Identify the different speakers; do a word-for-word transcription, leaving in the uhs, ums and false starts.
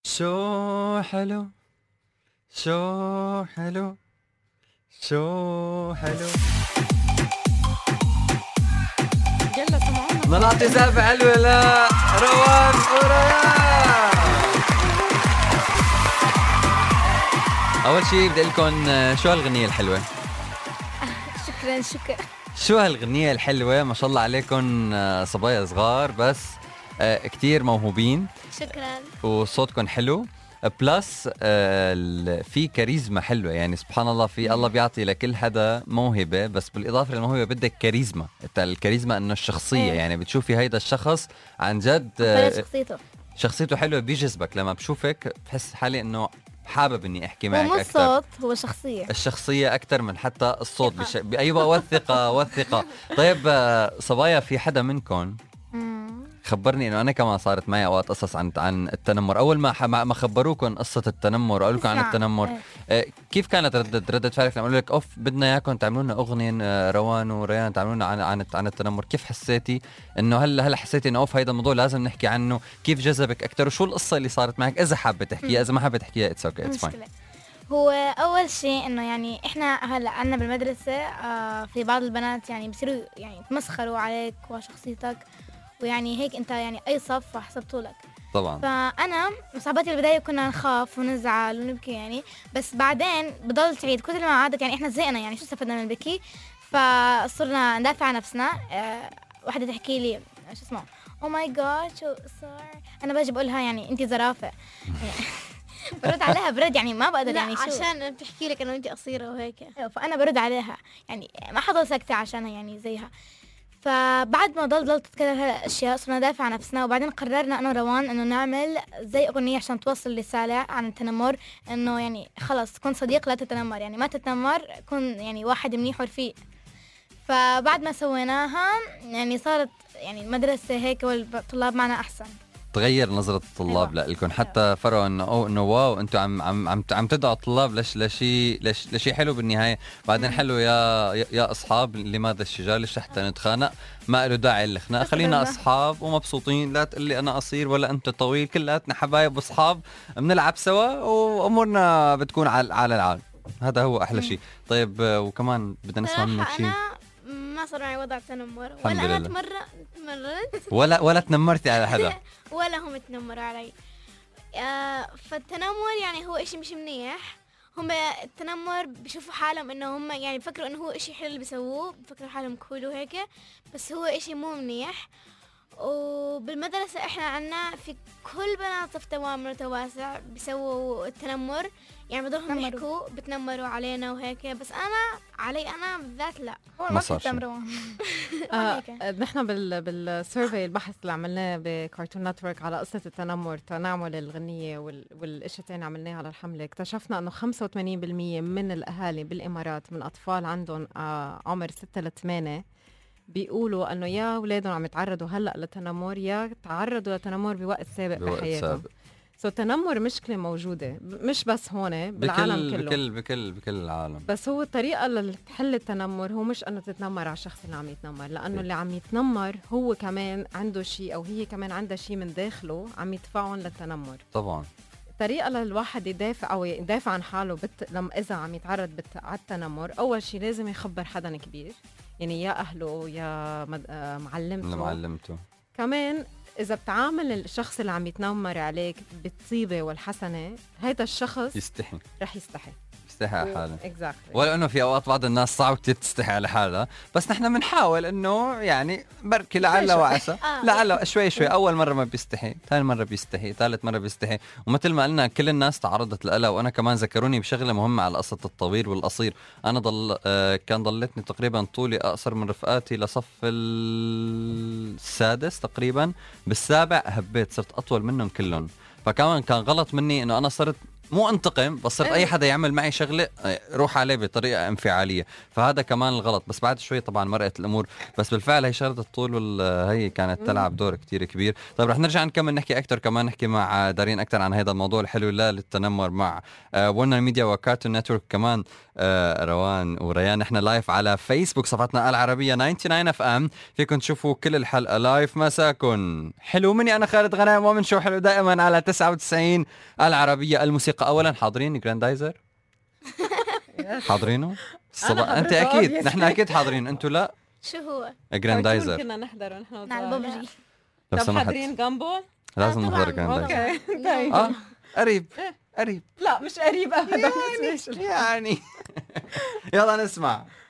Speaker 1: شو حلو شو حلو شو حلو
Speaker 2: يلا سمعونا.
Speaker 1: بدنا نعطي سقفة حلوة لا روان وريان. أول شي بدي لكم شو هالغنية الحلوة؟
Speaker 2: شكرا شكرا.
Speaker 1: شو هالغنية الحلوة ما شاء الله عليكم، صبايا صغار بس كتير موهوبين.
Speaker 2: شكرا.
Speaker 1: وصوتكم حلو بلس آه في كاريزما حلوة، يعني سبحان الله في الله بيعطي لكل حدا موهبة، بس بالإضافة للموهبة بدك كاريزما. الكاريزما إنه الشخصية،
Speaker 2: ايه.
Speaker 1: يعني بتشوفي هيدا الشخص عن جد
Speaker 2: آه
Speaker 1: آه
Speaker 2: شخصيته
Speaker 1: شخصيته حلوة بيجذبك. لما بشوفك بحس حالي إنه حابب إني أحكي معك
Speaker 2: هو مو
Speaker 1: أكتر.
Speaker 2: الصوت، هو شخصية
Speaker 1: الشخصية أكتر من حتى الصوت بش... أيوة والثقة والثقة. طيب آه صبايا، في حدا منكم خبرني انه انا كمان صارت معي اوقات قصص عن عن التنمر. اول ما ما خبروكم قصه التنمر وقالوا لكم عن التنمر،
Speaker 2: ايه.
Speaker 1: كيف كانت ردة ردة فعلك لما قالوا لك اوف بدنا اياكم تعملوا لنا اغنيه روان وريان تعملوا لنا عن عن عن التنمر؟ كيف حسيتي انه هلا هلا حسيتي انه اوف هيدا الموضوع لازم نحكي عنه؟ كيف جذبك اكثر وشو القصه اللي صارت معك؟ اذا حابه تحكيها، اذا ما حابه تحكيها اتس اوكي اتس فاين.
Speaker 2: هو أول شيء إنه يعني إحنا هلا عنا بالمدرسة آه في بعض البنات يعني بصيروا يعني يتمسخروا عليك وشخصيتك، ويعني هيك أنت يعني أي صف حسبته لك
Speaker 1: طبعا.
Speaker 2: فأنا مصاحباتي البداية كنا نخاف ونزعل ونبكي يعني، بس بعدين بضل تعيد كل ما عادت يعني إحنا زهقنا يعني شو استفدنا من البكي، فصرنا ندافع عن نفسنا. آه واحدة تحكي لي شو اسمه او ماي جاد شو صار، أنا باجي بقولها يعني أنت زرافة يعني برد عليها برد يعني ما بقدر يعني شو
Speaker 3: عشان بتحكي لك انه انت قصيره وهيك،
Speaker 2: فانا برد عليها يعني ما حضل ساكته عشانها يعني زيها. فبعد ما ضل ضل تتكرر هالاشياء صرنا ندافع عن نفسنا، وبعدين قررنا انا وروان انه نعمل زي اغنيه عشان توصل رساله عن التنمر، انه يعني خلص كن صديق لا تتنمر، يعني ما تتنمر، كن يعني واحد منيح ورفيق. فبعد ما سويناها يعني صارت يعني المدرسه هيك والطلاب معنا احسن، تغير
Speaker 1: نظرة الطلاب أيوة. لكم حتى فرقوا انه او انه واو انتم عم عم عم عم تدعوا الطلاب لش لشيء لش لشيء حلو بالنهاية. بعدين حلو يا يا اصحاب، لماذا الشجار؟ ليش حتى نتخانق؟ ما له داعي الخناق، خلينا اصحاب ومبسوطين. لا تقول لي انا قصير ولا انت طويل، كلاتنا حبايب واصحاب بنلعب سوا وامورنا بتكون على على العال. هذا هو احلى شيء. طيب وكمان بدنا نسمع منك شيء.
Speaker 3: ما صار معي وضع تنمر ولا انا تمرت تمرت
Speaker 1: ولا ولا تنمرتي على حدا
Speaker 3: ولا هم تنمروا علي. آه فالتنمر يعني هو إشي مش منيح. هم التنمر بيشوفوا حالهم انه هم يعني بفكروا انه هو إشي حلو اللي بيسووه، بفكروا حالهم كول وهيك، بس هو إشي مو منيح. وبالمدرسة احنا عنا في كل بنات صف توامر وتواسع بيسووا التنمر، يعني بضلهم يحكوا بتنمروا علينا وهيك، بس انا علي انا بالذات لا
Speaker 2: ما صار شيء.
Speaker 4: نحن بال بالسيرفي البحث اللي عملناه بكارتون نتورك على قصة التنمر تناول الغنية وال والاشياء الثانية عملناها على الحملة، اكتشفنا انه خمسة وثمانين بالمية من الاهالي بالامارات من اطفال عندهم آه عمر ستة لثمانية بيقولوا انه يا اولادهم عم يتعرضوا هلا للتنمر يا تعرضوا للتنمر بوقت سابق بحياتهم. سو التنمر مشكلة موجودة مش بس هون بالعالم
Speaker 1: بكل
Speaker 4: كله،
Speaker 1: بكل بكل بكل العالم.
Speaker 4: بس هو الطريقة لحل التنمر هو مش انه تتنمر على الشخص اللي عم يتنمر، لانه اللي عم يتنمر هو كمان عنده شيء او هي كمان عندها شيء من داخله عم يدفعهم للتنمر.
Speaker 1: طبعا
Speaker 4: الطريقة للواحد يدافع او يدافع عن حاله بت... لما اذا عم يتعرض بت... على التنمر، اول شيء لازم يخبر حدا كبير، يعني يا اهله يا مد... آه معلمته
Speaker 1: معلمته
Speaker 4: كمان. إذا بتعامل الشخص اللي عم يتنمر عليك بالطيبة والحسنة، هيدا الشخص
Speaker 1: يستحي
Speaker 4: رح يستحي
Speaker 1: يستحي على حاله.
Speaker 4: exactly.
Speaker 1: ولا إنه في أوقات بعض الناس صعب تستحي على حالها، بس نحن بنحاول إنه يعني بركي لعل وعسى لعل شوي شوي. أول مرة ما بيستحي، ثاني مرة بيستحي، ثالث مرة بيستحي. ومثل ما قلنا كل الناس تعرضت لها، وأنا كمان ذكروني بشغلة مهمة على قصة الطويل والقصير. أنا ضل آه كان ضلتني تقريبا طولي أقصر من رفقاتي لصف السادس تقريبا، بالسابع هبيت صرت أطول منهم كلهم. فكمان كان غلط مني إنه أنا صرت مو انتقم، بس صرت اي حدا يعمل معي شغله روح عليه بطريقه انفعاليه، فهذا كمان الغلط. بس بعد شوي طبعا مرقت الامور، بس بالفعل هي شغله الطول وهي كانت تلعب دور كتير كبير. طيب رح نرجع نكمل نحكي اكثر، كمان نحكي مع دارين اكثر عن هذا الموضوع الحلو لا للتنمر مع ورنر ميديا وكارتون نتورك. كمان آه روان وريان احنا لايف على فيسبوك صفحتنا العربيه تسعة وتسعين اف ام، فيكم تشوفوا كل الحلقه لايف مساكن. حلو مني انا خالد غنام ومن شو حلو دائما على تسعة وتسعين العربيه. الموسيقى اولا حاضرين جراندايزر؟ حاضرينه الصبح؟ انت اكيد، نحن اكيد حاضرين، انتوا لا.
Speaker 3: شو هو؟
Speaker 1: جراندايزر
Speaker 4: كنا نحضره نحن
Speaker 2: على الببجي.
Speaker 1: لو
Speaker 4: طب
Speaker 1: سمحت
Speaker 4: حاضرين جامبول؟
Speaker 1: لازم
Speaker 3: آه
Speaker 1: نحضر
Speaker 3: طبعاً.
Speaker 1: جراندايزر.
Speaker 4: اوكي طيب
Speaker 1: اه قريب قريب
Speaker 4: لا مش قريب ابدا
Speaker 1: يعني يلا نسمع.